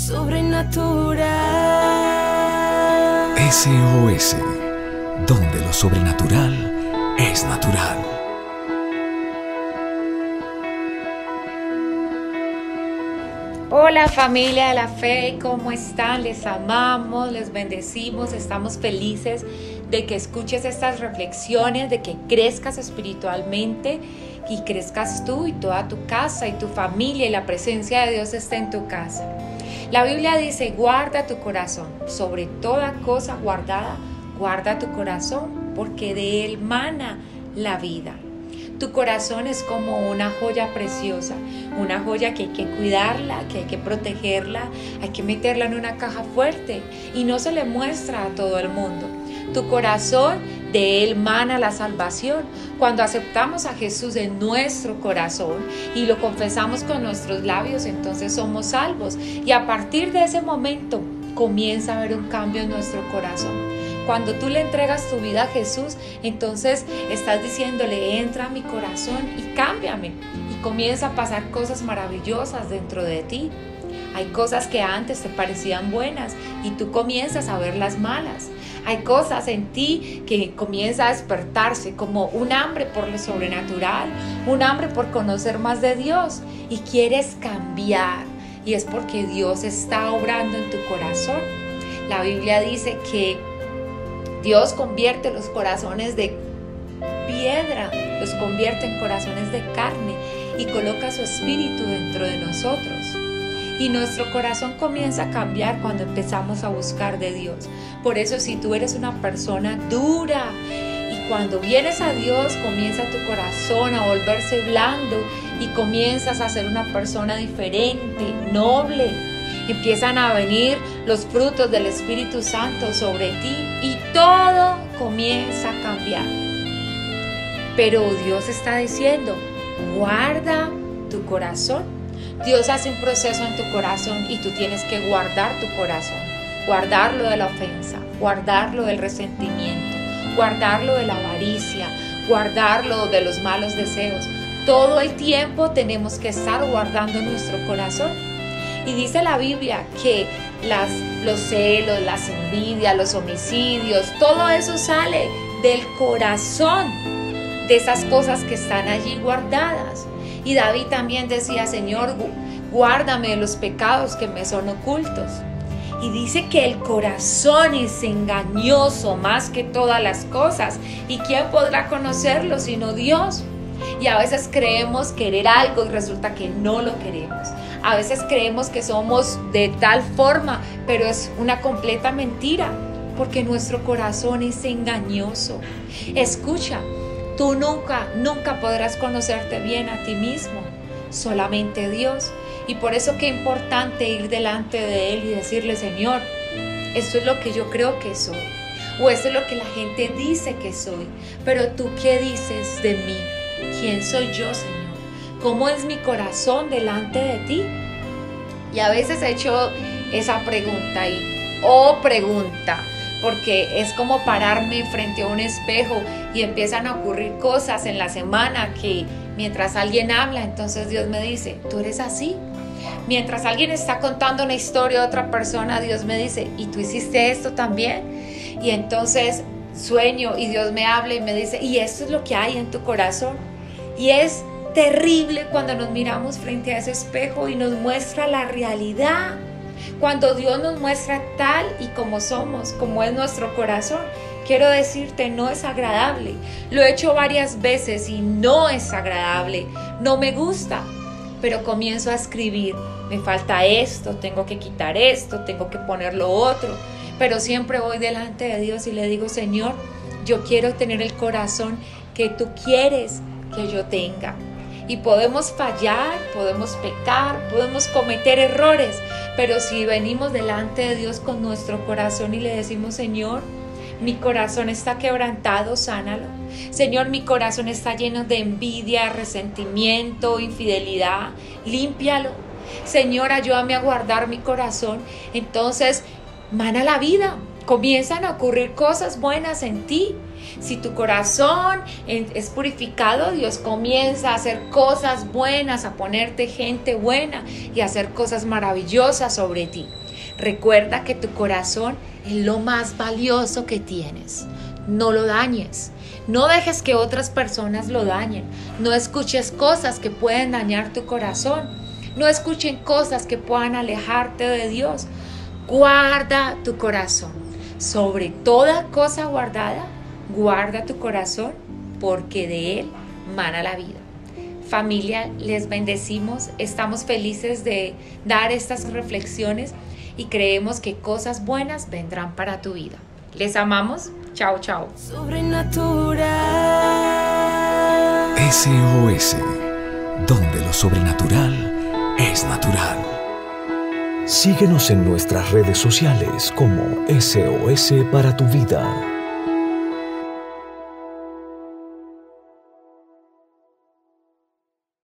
sobrenatural. SOS, donde lo sobrenatural es natural. Hola familia de la fe, ¿cómo están? Les amamos, les bendecimos, estamos felices de que escuches estas reflexiones, de que crezcas espiritualmente y crezcas tú y toda tu casa y tu familia y la presencia de Dios esté en tu casa. La Biblia dice, guarda tu corazón, sobre toda cosa guardada, guarda tu corazón, porque de él mana la vida. Tu corazón es como una joya preciosa, una joya que hay que cuidarla, que hay que protegerla, hay que meterla en una caja fuerte y no se le muestra a todo el mundo. Tu corazón, de él mana la salvación. Cuando aceptamos a Jesús en nuestro corazón y lo confesamos con nuestros labios, entonces somos salvos. Y a partir de ese momento comienza a haber un cambio en nuestro corazón. Cuando tú le entregas tu vida a Jesús, entonces estás diciéndole, entra a mi corazón y cámbiame. Y comienza a pasar cosas maravillosas dentro de ti. Hay cosas que antes te parecían buenas y tú comienzas a ver las malas. Hay cosas en ti que comienza a despertarse como un hambre por lo sobrenatural, un hambre por conocer más de Dios y quieres cambiar. Y es porque Dios está obrando en tu corazón. La Biblia dice que Dios convierte los corazones de piedra, los convierte en corazones de carne y coloca su espíritu dentro de nosotros. Y nuestro corazón comienza a cambiar cuando empezamos a buscar de Dios. Por eso si tú eres una persona dura y cuando vienes a Dios comienza tu corazón a volverse blando y comienzas a ser una persona diferente, noble. Empiezan a venir los frutos del Espíritu Santo sobre ti y todo comienza a cambiar. Pero Dios está diciendo, guarda tu corazón. Dios hace un proceso en tu corazón y tú tienes que guardar tu corazón. Guardarlo de la ofensa, guardarlo del resentimiento, guardarlo de la avaricia, guardarlo de los malos deseos. Todo el tiempo tenemos que estar guardando nuestro corazón. Y dice la Biblia que los celos, las envidias, los homicidios, todo eso sale del corazón, de esas cosas que están allí guardadas. Y David también decía, Señor, guárdame de los pecados que me son ocultos. Y dice que el corazón es engañoso más que todas las cosas. ¿Y quién podrá conocerlo sino Dios? Y a veces creemos querer algo y resulta que no lo queremos. A veces creemos que somos de tal forma, pero es una completa mentira, porque nuestro corazón es engañoso. Escucha, tú nunca podrás conocerte bien a ti mismo, solamente Dios. Y por eso qué importante ir delante de Él y decirle, Señor, esto es lo que yo creo que soy, o esto es lo que la gente dice que soy, pero tú ¿qué dices de mí? ¿Quién soy yo, Señor? ¿Cómo es mi corazón delante de ti? Y a veces he hecho esa pregunta porque es como pararme frente a un espejo y empiezan a ocurrir cosas en la semana que mientras alguien habla, entonces Dios me dice, tú eres así. Mientras alguien está contando una historia de otra persona, Dios me dice, ¿y tú hiciste esto también? Y entonces sueño y Dios me habla y me dice, y esto es lo que hay en tu corazón. Y es terrible cuando nos miramos frente a ese espejo y nos muestra la realidad. Cuando Dios nos muestra tal y como somos, como es nuestro corazón, quiero decirte, no es agradable. Lo he hecho varias veces y no es agradable, no me gusta, pero comienzo a escribir, me falta esto, tengo que quitar esto, tengo que poner lo otro, pero siempre voy delante de Dios y le digo, Señor, yo quiero tener el corazón que tú quieres que yo tenga. Y podemos fallar, podemos pecar, podemos cometer errores, pero si venimos delante de Dios con nuestro corazón y le decimos, Señor, mi corazón está quebrantado, sánalo. Señor, mi corazón está lleno de envidia, resentimiento, infidelidad, límpialo. Señor, ayúdame a guardar mi corazón. Entonces, mana la vida. comienzan a ocurrir cosas buenas en ti. Si tu corazón es purificado, Dios comienza a hacer cosas buenas, a ponerte gente buena y a hacer cosas maravillosas sobre ti. Recuerda que tu corazón es lo más valioso que tienes. No lo dañes. No dejes que otras personas lo dañen. No escuches cosas que pueden dañar tu corazón. No escuchen cosas que puedan alejarte de Dios. Guarda tu corazón. Sobre toda cosa guardada, guarda tu corazón, porque de él mana la vida. Familia, les bendecimos. Estamos felices de dar estas reflexiones y creemos que cosas buenas vendrán para tu vida. Les amamos. Chao, chao. Sobrenatural. SOS, donde lo sobrenatural es natural. Síguenos en nuestras redes sociales como SOS para tu vida.